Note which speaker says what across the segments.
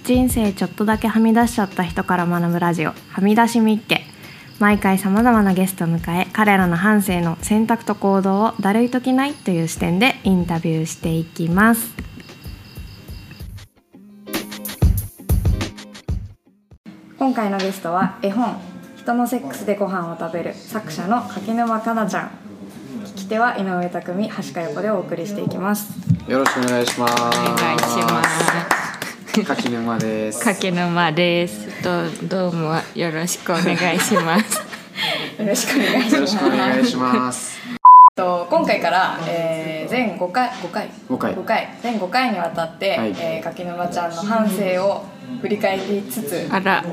Speaker 1: 人生ちょっとだけはみ出しちゃった人から学ぶラジオ、はみ出しみっけ。毎回さまざまなゲストを迎え、彼らの半生の選択と行動をだるいときないという視点でインタビューしていきます。今回のゲストは絵本人のセックスでご飯を食べる作者の柿沼かなちゃん、聞き手は井上匠、橋香横でお送りしていきます。
Speaker 2: よろしくお願いします。
Speaker 3: お願いします。
Speaker 2: 柿沼です。
Speaker 3: 柿沼です。どうもよろしくお願いします。
Speaker 1: よろしくお願いします。
Speaker 2: よろしくお願いします。
Speaker 1: 今回から、全5回全5回にわたって、
Speaker 2: はい
Speaker 1: 柿沼ちゃんの半生を振り返りつつ、
Speaker 3: あら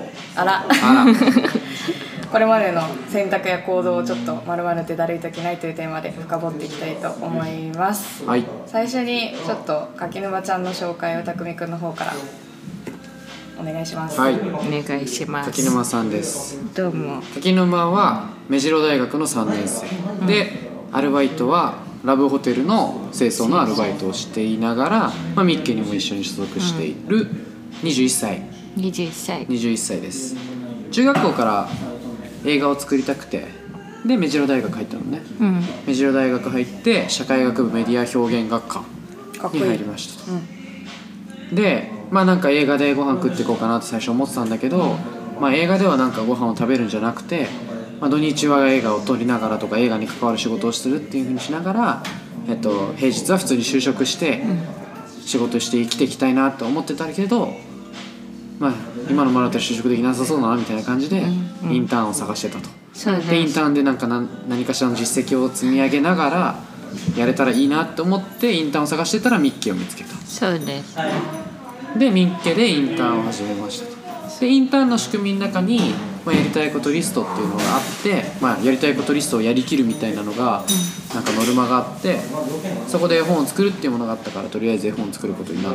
Speaker 1: これまでの選択や行動をちょっと丸々ってだるいときないというテーマで深掘っていきたいと思います。
Speaker 2: はい。
Speaker 1: 最初にちょっと柿沼ちゃんの紹介を匠くんの方からお願いします。
Speaker 2: はい。
Speaker 3: お願いします。
Speaker 2: 柿沼さんです。
Speaker 3: どうも。
Speaker 2: 柿沼は目白大学の3年生で、アルバイトはラブホテルの清掃のアルバイトをしていながら、ミッケにも一緒に所属している21歳です。中学校から映画を作りたくて、で目白大学入ったのね、目白大学入って社会学部メディア表現学科に入りました。でなんか映画でご飯食っていこうかなって最初思ってたんだけど、映画ではなんかご飯を食べるんじゃなくて、土日は映画を撮りながらとか映画に関わる仕事をするっていう風にしながら、平日は普通に就職して仕事して生きていきたいなと思ってたけど、今のままだったら就職できなさそうだなみたいな感じでインターンを探してたと。でインターンで何かしらの実績を積み上げながらやれたらいいなと思ってインターンを探してたらミッケを見つけた。
Speaker 3: そうです。
Speaker 2: でミッケでインターンを始めましたと。でインターンの仕組みの中に、やりたいことリストっていうのがあって、やりたいことリストをやりきるみたいなのが、なんかノルマがあって、そこで絵本を作るっていうものがあったから、とりあえず絵本を作ることになって、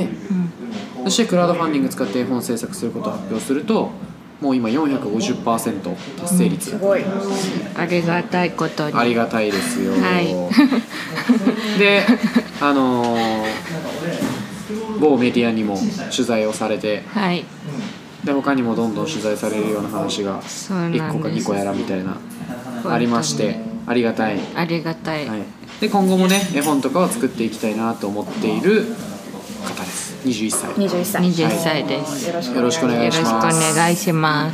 Speaker 2: そしてクラウドファンディング使って絵本制作することを発表すると、もう今 450% 達成率、
Speaker 1: すごい
Speaker 3: ありがたいことに。
Speaker 2: ありがたいですよ。
Speaker 3: はい。
Speaker 2: で某メディアにも取材をされて、
Speaker 3: はい。
Speaker 2: で他にもどんどん取材されるような話が1個か2個やらみたいなありまして、ありがたい。
Speaker 3: ありがたい。
Speaker 2: はい、で今後もね絵本とかを作っていきたいなと思っている方です。21歳
Speaker 3: です。
Speaker 2: よろしくお願いします。
Speaker 3: よろしくお願いします。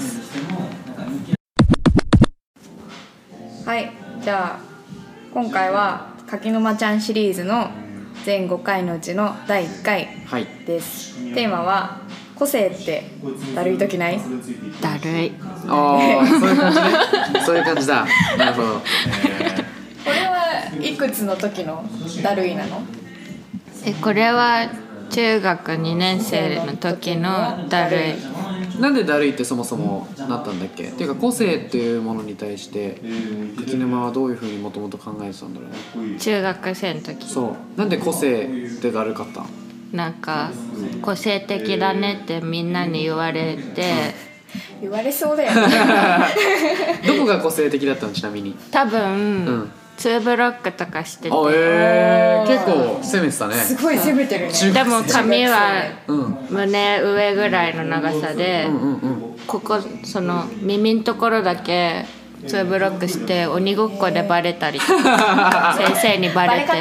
Speaker 1: はい、じゃあ今回は柿沼ちゃんシリーズの全5回のうちの第1回です。テーマは個性ってだるいときない？
Speaker 3: だるい。
Speaker 2: ああ、そういう感じね。そういう感じだ。なるほど。
Speaker 1: これはいくつの時のだるいなの？
Speaker 3: これは中学2年生の時のだるい。
Speaker 2: なんでだるいってそもそもなったんだっけ？っていうか個性っていうものに対して柿沼はどういうふうにもともと考えてたんだろうね。
Speaker 3: 中学生の時。
Speaker 2: そう。なんで個性ってだるかった？
Speaker 3: なんか個性的だねってみんなに言われて、
Speaker 1: 言われそうだよね。
Speaker 2: どこが個性的だったの？ちなみに
Speaker 3: 多分、2ブロックとかしてて、
Speaker 2: 結構攻めてたね。
Speaker 1: すごい攻めてるね。
Speaker 3: でも髪は胸上ぐらいの長さで、ここその耳のところだけ2ブロックして鬼ごっこでバレたり先生にバレて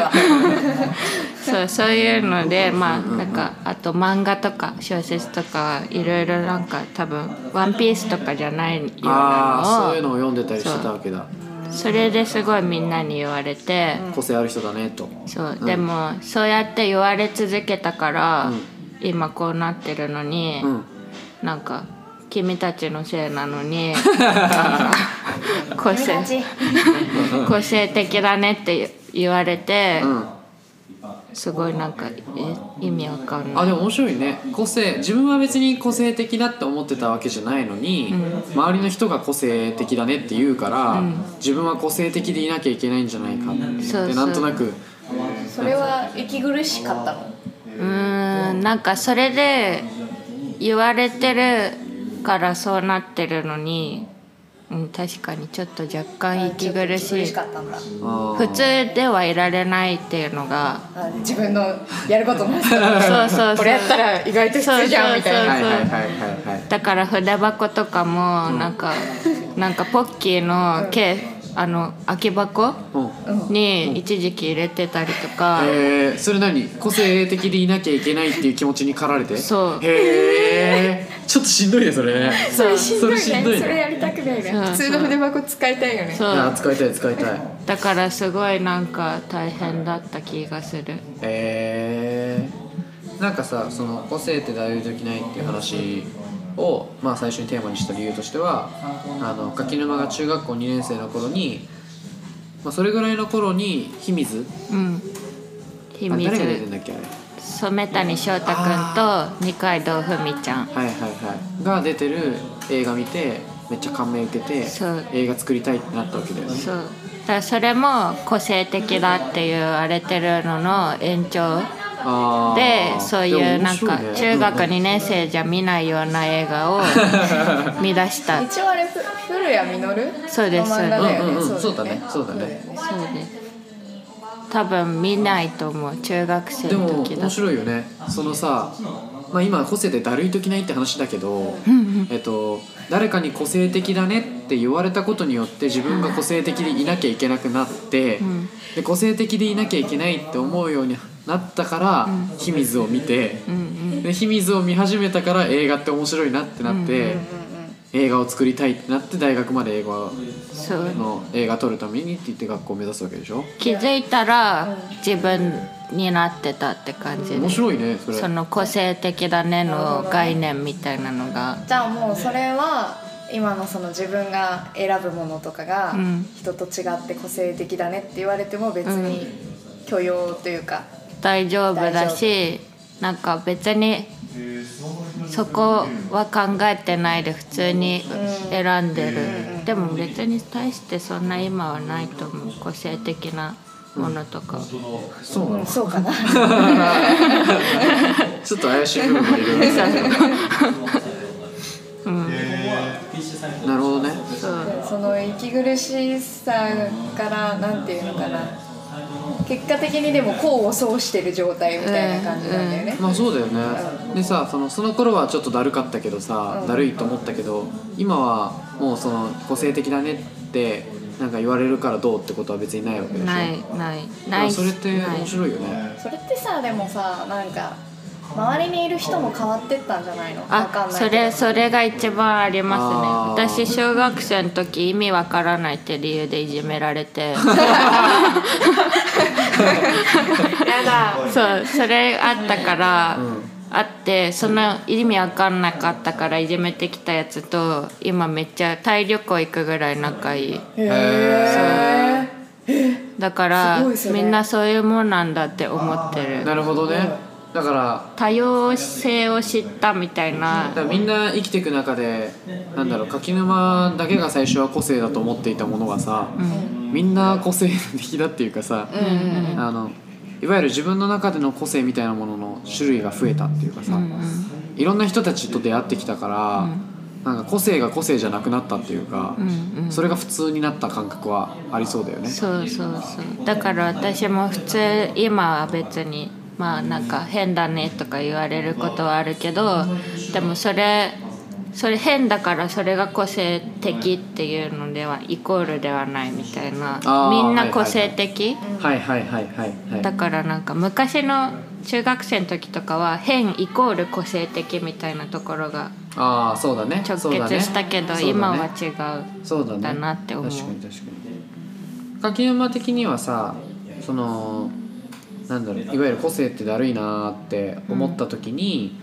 Speaker 3: そういうので、なんかあと漫画とか小説とかいろいろなんか多分ワンピースとかじゃないようなのを
Speaker 2: そういうのを読んでたりしてたわけだ。
Speaker 3: それですごいみんなに言われて、
Speaker 2: 個性ある人だねと。
Speaker 3: そう、でもそうやって言われ続けたから、今こうなってるのに、なんか君たちのせいなのに個性的だねって言われて、すごいなんか意味わかんない。
Speaker 2: でも面白いね。自分は別に個性的だって思ってたわけじゃないのに、周りの人が個性的だねって言うから、自分は個性的でいなきゃいけないんじゃないかってなんとなく。
Speaker 1: それは息苦しかったの？
Speaker 3: なんかそれで言われてるからそうなってるのに、 確かにちょっと若干息苦しい。
Speaker 1: かったんだ。
Speaker 3: 普通ではいられないっていうのが
Speaker 1: 自分のやることも
Speaker 3: そう
Speaker 1: これやったら意外と普通じゃんみたいな。
Speaker 3: だから筆箱とかもなんかポッキーの空き箱に一時期入れてたりとか。
Speaker 2: それ何、個性的でいなきゃいけないっていう気持ちに駆られて。
Speaker 3: そう。
Speaker 2: ちょっとしんどいねそれね。
Speaker 1: それしんどいね。
Speaker 2: それ
Speaker 1: やりたくないね。普通の筆箱使いたいよね。
Speaker 3: そう。
Speaker 2: 使いたい。
Speaker 3: だからすごいなんか大変だった気がする。
Speaker 2: なんかさ、その個性って大事できないっていう話を、まあ、最初にテーマにした理由としては、柿沼が中学校2年生の頃に、まあ、それぐらいの頃に秘密、誰が出てんだっけあれ、
Speaker 3: 染谷翔太くんと二階堂ふみちゃん
Speaker 2: が出てる映画見てめっちゃ感銘受けて映画作りたいってなったわけだよね。
Speaker 3: そうだからそれも個性的だって言われてるのの延長で、そういうなんか中学2年生じゃ見ないような映画を見出した。
Speaker 1: 一応あれ古谷実
Speaker 3: そうです
Speaker 1: そう
Speaker 2: だね。
Speaker 3: そうです多分見ないと思う、中学生の時だ。
Speaker 2: でも面白いよねそのさ、まあ、今個性でだるいときないって話だけど誰かに個性的だねって言われたことによって自分が個性的でいなきゃいけなくなって、で個性的でいなきゃいけないって思うようになったから秘密を見て、で秘密を見始めたから映画って面白いなってなって、映画を作りたいってなって大学まで映画撮るためにって言って学校を目指すわけでしょ。
Speaker 3: 気づいたら自分になってたって感じで。
Speaker 2: 面白いねそれ。
Speaker 3: その個性的だねの概念みたいなのが。
Speaker 1: じゃあもうそれは今のその自分が選ぶものとかが人と違って個性的だねって言われても別に許容というか、
Speaker 3: 大丈夫だし、なんか別にそこは考えてないで普通に選んでる。でも別に大してそんな今はないと思う、個性的なものとか。
Speaker 1: そうかな
Speaker 2: ちょっと怪しい部分もいるなるほどね。
Speaker 1: その息苦しさからなんていうのかな、結果的にでも功を奏してる状態みたいな感じなんだよね。
Speaker 2: まあそうだよね。でさ、その頃はちょっとだるかったけどさ、だるいと思ったけど今はもうその個性的だねってなんか言われるからどうってことは別にないわけでしょ。
Speaker 3: ない。
Speaker 2: それって面白いよね。
Speaker 1: それってさ、でもさ、なんか周りにいる人も変わってったんじゃないの？分かんないけど。
Speaker 3: それが一番ありますね。私小学生の時意味わからないって理由でいじめられてやだそう、それあったから、あってその意味わかんなかったからいじめてきたやつと今めっちゃタイ旅行行くぐらい仲いい。だからみんなそういうもんなんだって思ってる。
Speaker 2: なるほどね。だから
Speaker 3: 多様性を知ったみたいな。
Speaker 2: だからみんな生きていく中でなんだろう、柿沼だけが最初は個性だと思っていたものがさ、みんな個性的だっていうかさ、いわゆる自分の中での個性みたいなものの種類が増えたっていうかさ、いろんな人たちと出会ってきたから、なんか個性が個性じゃなくなったっていうか、それが普通になった感覚はありそうだよね。
Speaker 3: そうだから私も普通今は別にまあなんか変だねとか言われることはあるけど、でもそれ変だからそれが個性的っていうのではイコールではないみたいな。みんな個性的だからなんか昔の中学生の時とかは変イコール個性的みたいなところが直結したけど、今は違うだなって思う。
Speaker 2: 確かに柿沼的にはさ、そのなんだろう、いわゆる個性ってだるいなって思った時に、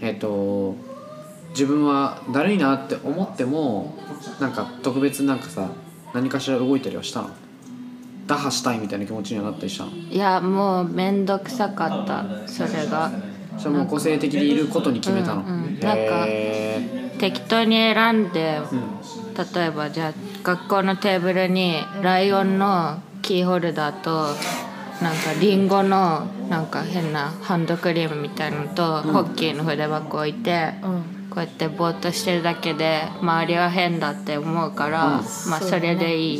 Speaker 2: 自分はだるいなって思ってもなんか特別なんかさ、何かしら動いたりはしたの？打破したいみたいな気持ちにはなったりしたの？
Speaker 3: いやもうめんどくさかった。それが
Speaker 2: それも個性的でいることに決めたの？
Speaker 3: なんか適当に選んで、例えばじゃあ学校のテーブルにライオンのキーホルダーとなんかリンゴのなんか変なハンドクリームみたいなのと、ホッキーの筆箱置いて、こうやってぼーっとしてるだけで周りは変だって思うから、まあそれでいい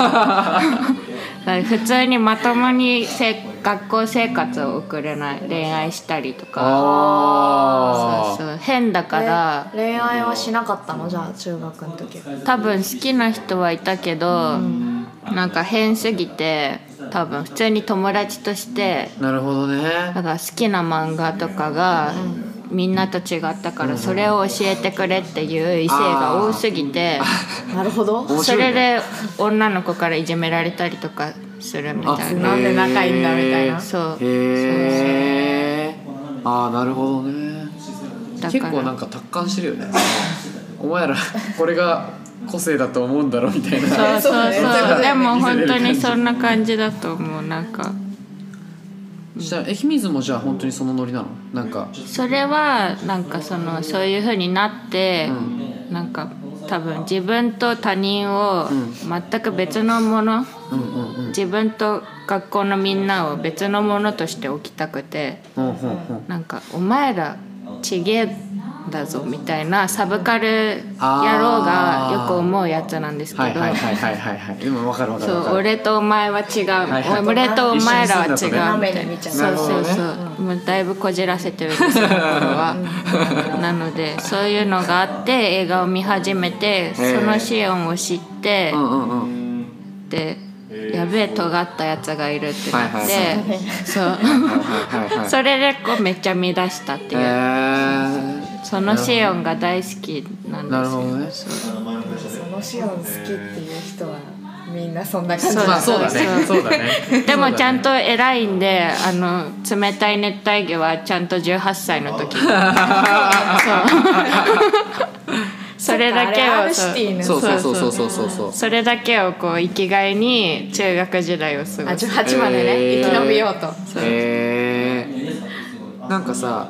Speaker 3: 普通にまともに学校生活を送れない、恋愛したりとか、そう変だから。
Speaker 1: 恋愛はしなかったの？じゃあ中学の時
Speaker 3: 多分好きな人はいたけど、なんか変すぎて多分普通に友達として。
Speaker 2: なるほどね。
Speaker 3: だから好きな漫画とかがみんなと違ったから、それを教えてくれっていう異性が多すぎて、
Speaker 1: なるほど、
Speaker 3: それで女の子からいじめられたりとかするみたいな。
Speaker 1: なんで仲いいんだみたいな。
Speaker 3: そう。
Speaker 2: へえ。ああ、なるほどね。結構なんか達観してるよね。お前らこれが個性だと思うんだろうみたいな。
Speaker 3: そうそうそう。でも本当にそんな感じだと思う。なんか。
Speaker 2: じゃあ秘密もじゃあ本当にそのノリなの？なんか
Speaker 3: それはなんかそういう風になって、なんか多分自分と他人を全く別のもの、自分と学校のみんなを別のものとして置きたくて、なんかお前らちげえだぞみたいなサブカル野郎がよく思うやつなんですけど、
Speaker 2: 今分かる分かる。
Speaker 3: そう、俺とお前は違う、俺とお前らは違うみたいな。そうそうそう、もうだいぶこじらせてるんですよ、これは。なのでそういうのがあって映画を見始めて、そのシオンを知って、でやべえ尖ったやつがいるってなって、そうそれでこうめっちゃ見出したっていう。そのシオンが大好きなんですよ。
Speaker 2: なるほどね。
Speaker 1: そのシオン好きっていう人はみんなそんな感じ。
Speaker 2: そうだね。そうだね。
Speaker 3: でもちゃんと偉いんで、冷たい熱帯魚はちゃんと18歳の時。そう。それだけをそれだけをこう生きがいに中学時代を過ごす。
Speaker 1: 18までね、生き延びようと。
Speaker 2: なんかさ、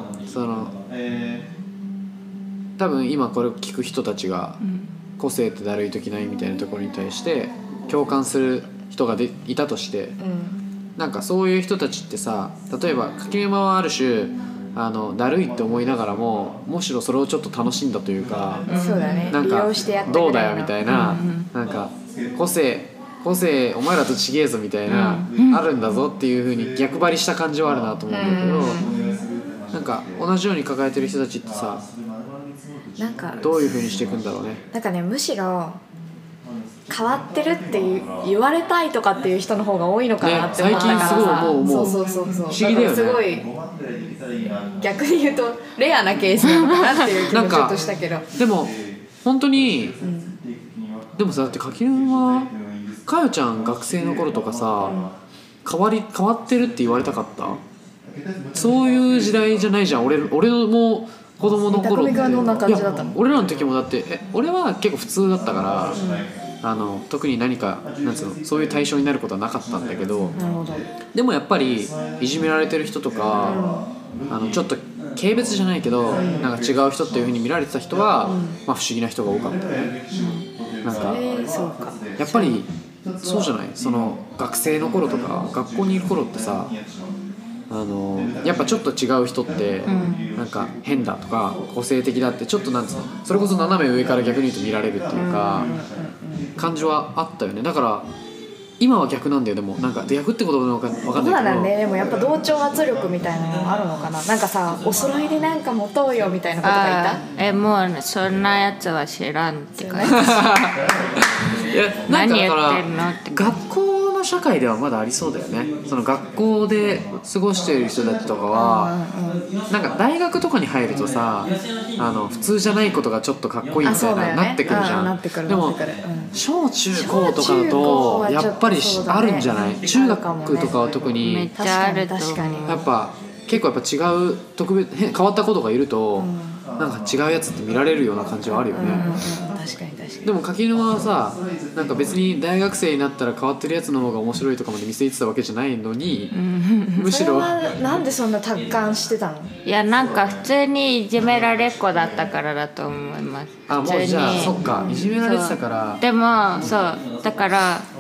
Speaker 2: 多分今これを聞く人たちが個性ってだるい時ないみたいなところに対して共感する人がいたとして、なんかそういう人たちってさ、例えば柿沼はある種だるいって思いながらもむしろそれをちょっと楽しんだというか、なんかどうだよみたいな、なんか個性お前らとちげえぞみたいな、あるんだぞっていう風に逆張りした感じはあるなと思うんだけど、なんか同じように抱えてる人たちってさ、なんかどういう風にしていくんだろうね。
Speaker 1: なんかね、むしろ変わってるって言われたいとかっていう人の方が多いのかなって思ったからさ、
Speaker 2: 最近すごい思う
Speaker 1: そう不
Speaker 2: 思議だよね。
Speaker 1: すごい逆に言うとレアなケースなのかなっていう気もちょっとしたけど、
Speaker 2: でも本当に、でもさ、だって柿沼かよちゃん学生の頃とかさ、変わってるって言われたかった？そういう時代じゃないじゃん。俺のもう子供の頃って。俺らの時もだって俺は結構普通だったから、特に何かなんつうの、そういう対象になることはなかったんだけど、でもやっぱりいじめられてる人とか、ちょっと軽蔑じゃないけど、なんか違う人っていう風に見られてた人は、まあ、不思議な人が多かったね。なんかやっぱりそうじゃない？その学生の頃とか学校にいる頃ってさ、やっぱちょっと違う人って、なんか変だとか個性的だってちょっとなんつうの、それこそ斜め上から逆に言うと見られるっていうか、感じはあったよね。だから今は逆なんだよ。でもなんか逆ってことなのか分かんないけど、そうだね。
Speaker 1: でもやっぱ同調圧力みたいなのもあるのかな。なんかさ、お揃いでなんか持とうよみたいなことがいた？
Speaker 3: もうそんなやつは知らんって感じ。
Speaker 2: 何
Speaker 3: 言ってんのって。
Speaker 2: 学校の社会ではまだありそうだよね。その学校で過ごしている人たちとかは、なんか大学とかに入るとさ、普通じゃないことがちょっとかっこいいみたいな、なってくるじゃん。でも小中高とかだとやっぱりあるんじゃない？中学とかは特に
Speaker 3: めっちゃあると思う。
Speaker 2: やっぱ結構やっぱ違う変わったことがいると、なんか違うやつって見られるような感じはあるよね。
Speaker 1: 確かに
Speaker 2: でも柿沼はさ、なんか別に大学生になったら変わってるやつの方が面白いとかまで見せてたわけじゃないのに、むしろ
Speaker 1: それはなんでそんな達観してたの？
Speaker 3: いや、なんか普通にいじめられっ子だったからだと思います。
Speaker 2: もうじゃあそっか、いじめられてたから。
Speaker 3: でもそうだから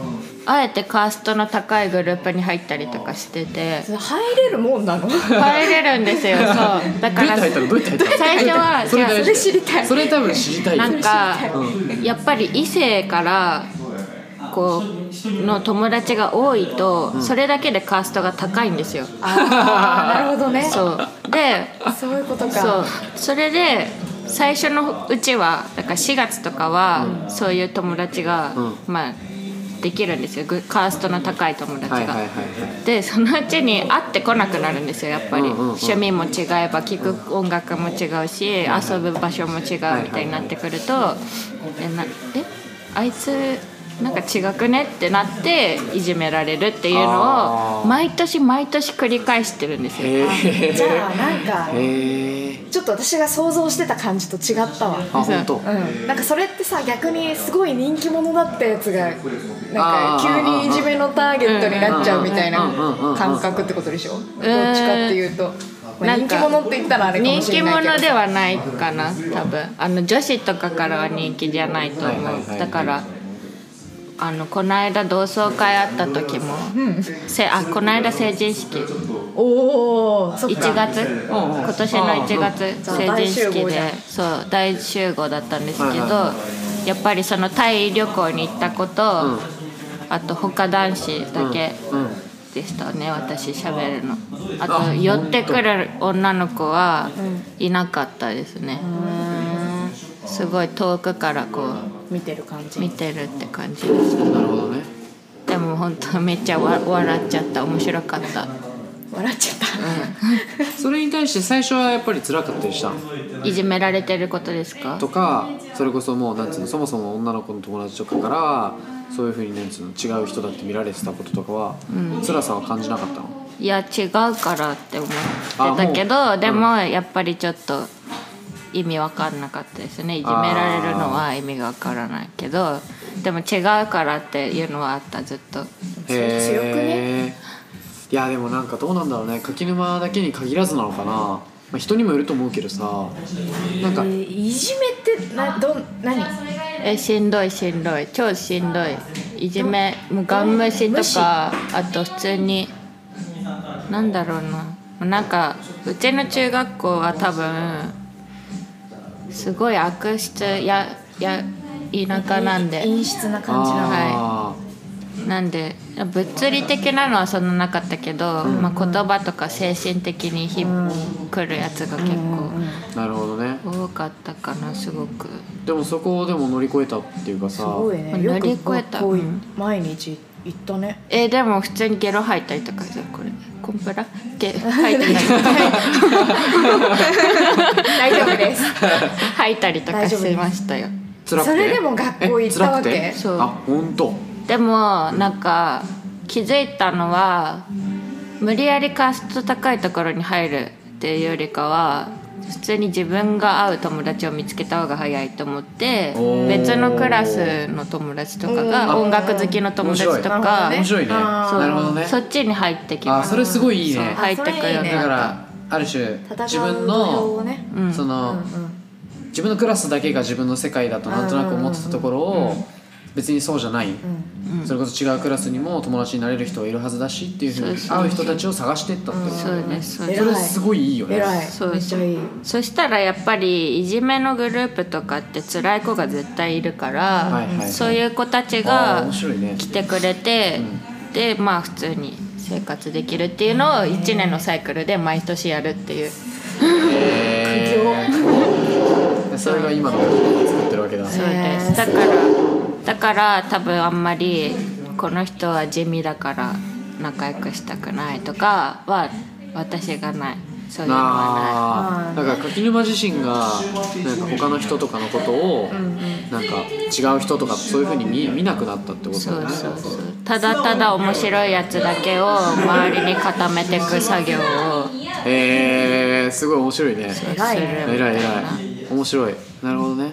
Speaker 3: あえてカーストの高いグループに入ったりとかしてて。
Speaker 1: 入れるもんなの？
Speaker 3: 入れるんですよ。そうだから最初は
Speaker 1: それ知りたい。
Speaker 2: それ多分知りたい。
Speaker 3: なんか、やっぱり異性からこうの友達が多いと、それだけでカーストが高いんですよ。
Speaker 1: なるほどね。
Speaker 3: そうで、
Speaker 1: そういうことか。
Speaker 3: それで最初のうちはだから4月とかは、そういう友達が、まあできるんですよ。カーストの高い友達が。でそのうちに会ってこなくなるんですよ。やっぱり、趣味も違えば聴く音楽も違うし、遊ぶ場所も違うみたいになってくると、あいつなんか違くねってなっていじめられるっていうのを毎年毎年繰り返してるんですよ。
Speaker 1: じゃあなんかちょっと私が想像してた感じと違ったわ。
Speaker 2: 本当。
Speaker 1: なんかそれってさ、逆にすごい人気者だったやつがなんか急にいじめのターゲットになっちゃうみたいな感覚ってことでしょ。どっちかっていうと、人気者って言ったらあれかもしれないけど、
Speaker 3: 人気者ではないかな多分。女子とかからは人気じゃないと思う。だからこの間同窓会あった時も、この間成人式、1月、今年の1月成人式で、そう大集合だったんですけど、やっぱりそのタイ旅行に行ったこと、あと他男子だけでしたね、私喋るの。あと寄ってくる女の子はいなかったですね。すごい遠くからこう
Speaker 1: 見てる感じ、
Speaker 3: 見てるって感じでした。
Speaker 2: なるほどね。
Speaker 3: でも本当めっちゃ笑っちゃった。面白かった。
Speaker 1: 笑っちゃった、
Speaker 2: それに対して最初はやっぱり辛かったりしたの？
Speaker 3: いじめられてることですか？
Speaker 2: とか、それこそもうなんつうの、そもそも女の子の友達とかからそういう風になんつうの、違う人だって見られてたこととかは、辛さは感じなかったの？
Speaker 3: いや違うからって思ってたけど、でもやっぱりちょっと意味わかんなかったですね。いじめられるのは意味がわからないけど、でも違うからっていうのはあった、ずっと。
Speaker 1: 強くね。
Speaker 2: いやでもなんかどうなんだろうね、柿沼だけに限らずなのかな、まあ、人にもよると思うけどさ、なんか、
Speaker 1: いじめって何？
Speaker 3: しんどいしんどい、超しんどい。いじめ、もうガン無視とか、あと普通になんだろうな、なんかうちの中学校は多分すごい悪質や田舎なんで、
Speaker 1: 陰湿な感じなの。
Speaker 3: はい、なんで物理的なのはそんななかったけど、まあ、言葉とか精神的に来るやつが結構
Speaker 2: なるほどね、
Speaker 3: 多かったかな、すごく。
Speaker 2: でもそこをでも乗り越えたっていうかさ、
Speaker 1: すごいね、
Speaker 3: 乗り越えた。
Speaker 1: 毎日行ったね。
Speaker 3: でも普通にゲロ吐いたりとか、これコンプラ吐いたりとか
Speaker 1: 大丈夫です
Speaker 3: 吐いたりとかしましたよ。
Speaker 2: 辛くて？
Speaker 1: それでも学校行ったわけ？
Speaker 3: そう。
Speaker 2: あ、本当。
Speaker 3: でもなんか気づいたのは、無理やりカースト高いところに入るっていうよりかは、普通に自分が会う友達を見つけた方が早いと思って、別のクラスの友達とかが、音楽好きの友達とか、
Speaker 2: 面白いね。なるほどね。
Speaker 3: そっちに入ってきます。
Speaker 2: それすごいいいね。
Speaker 3: 入ってくるようになった。
Speaker 2: だからある種自分のその自分のクラスだけが自分の世界だとなんとなく思ってたところを、別にそうじゃない、それこそ違うクラスにも友達になれる人はいるはずだしっていう風に会う人たちを探していったってこと。
Speaker 3: そうです。
Speaker 2: それすごいいいよね。
Speaker 1: めっちゃいい。
Speaker 3: そしたらやっぱりいじめのグループとかって辛い子が絶対いるから、そういう子たちが来てくれて、でまあ普通に生活できるっていうのを1年のサイクルで毎年やるっていう。
Speaker 2: それが今のを作ってるわけだ。
Speaker 3: そうです。だから多分あんまりこの人は地味だから仲良くしたくないとかは私がない。そういうのはない。
Speaker 2: だから柿沼自身がなんか他の人とかのことをなんか違う人とかそういう風に見なくなったってことだよね。
Speaker 3: そうただただ面白いやつだけを周りに固めていく作業を。
Speaker 2: すごい面白いね。
Speaker 1: 偉い
Speaker 2: 面白い。なるほどね。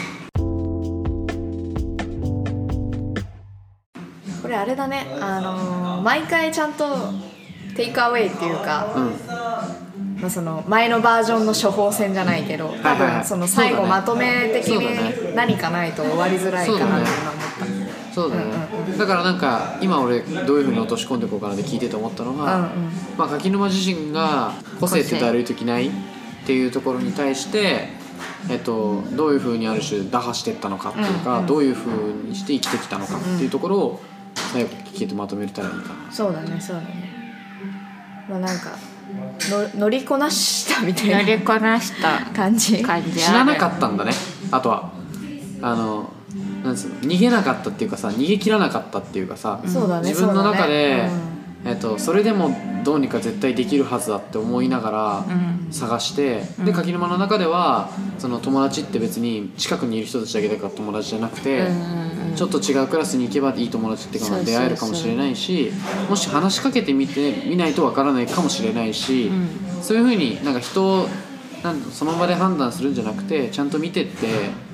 Speaker 1: これあれだね、毎回ちゃんとテイクアウェイっていうか、まあ、その前のバージョンの処方箋じゃないけど、多分その最後まとめ的に何かないと終わりづらいかなって思った。
Speaker 2: そうだね。 だからなんか今俺どういうふうに落とし込んでいこうかなって聞いてて思ったのが、まあ、柿沼自身が個性ってだるいときないっていうところに対して、どういうふうにある種打破していったのかっていうか、どういうふうにして生きてきたのかっていうところを最後聞けてまとめれたらいいかな。
Speaker 1: そうだねそうだね。まあなんか乗りこなしたみたいな
Speaker 3: 乗りこなした
Speaker 1: 感じ
Speaker 2: 死ななかったんだね。あとはなんつうの、逃げなかったっていうかさ、逃げ切らなかったっていうかさ、
Speaker 1: そうだね、
Speaker 2: 自分の中で、それでもどうにか絶対できるはずだって思いながら探して、で柿沼の中ではその友達って別に近くにいる人たちだけだから友達じゃなくて、ちょっと違うクラスに行けばいい友達っていうか出会えるかもしれないし、もし話しかけてみないとわからないかもしれないし、そういう風になんか人をその場で判断するんじゃなくて、ちゃんと見てって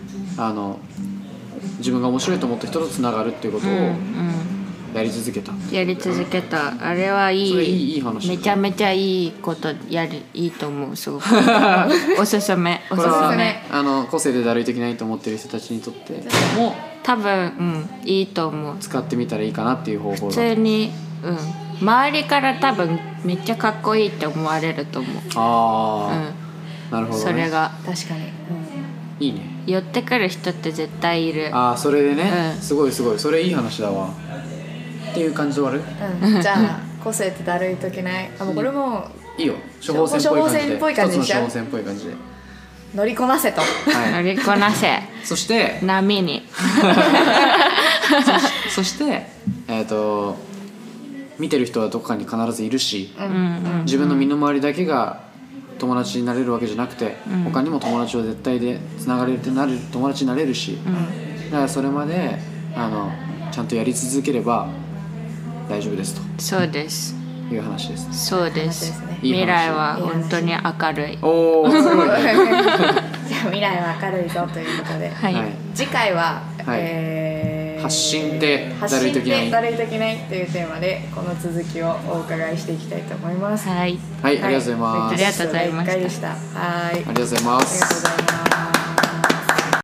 Speaker 2: 自分が面白いと思った人とつながるっていうことをやり続けた。
Speaker 3: あれはいい。
Speaker 2: それいい話。
Speaker 3: めちゃめちゃいいこといいと思う。すごくおすすめ。
Speaker 2: これは個性でだるいときないと思ってる人たちにとっても
Speaker 3: 多分、いいと思う。
Speaker 2: 使ってみたらいいかなっていう方法だ。
Speaker 3: 普通に、周りから多分めっちゃかっこいいって思われると思う。
Speaker 2: なるほどね。
Speaker 1: それが確かに、
Speaker 2: いいね。
Speaker 3: 寄ってくる人って絶対いる。
Speaker 2: それでね、すごいそれいい話だわっていう感じで終わ
Speaker 1: る。じゃあ個性ってだるいときない。もうこれも
Speaker 2: いいよ。処方箋っぽい感じで。一つの処方箋っぽい感じで
Speaker 1: 乗りこなせと。
Speaker 3: 乗りこなせ。
Speaker 2: そして
Speaker 3: 波に
Speaker 2: そして見てる人はどこかに必ずいるし、自分の身の回りだけが友達になれるわけじゃなくて、他にも友達を絶対でつながれる友達になれるし、だからそれまでちゃんとやり続ければ大丈夫ですと。
Speaker 3: そうです
Speaker 2: いう話です。
Speaker 3: そうです。未来は本当に明るい。
Speaker 2: おー、すごいね。
Speaker 1: じゃあ未来は明るいぞということで、次回は、
Speaker 2: 発信って
Speaker 1: だるいときないっていうテーマでこの続きをお伺いしていきたいと思います。
Speaker 2: はい、ありがとうございます。
Speaker 3: ありがとうございました。
Speaker 1: はい、
Speaker 2: ありがとうございます。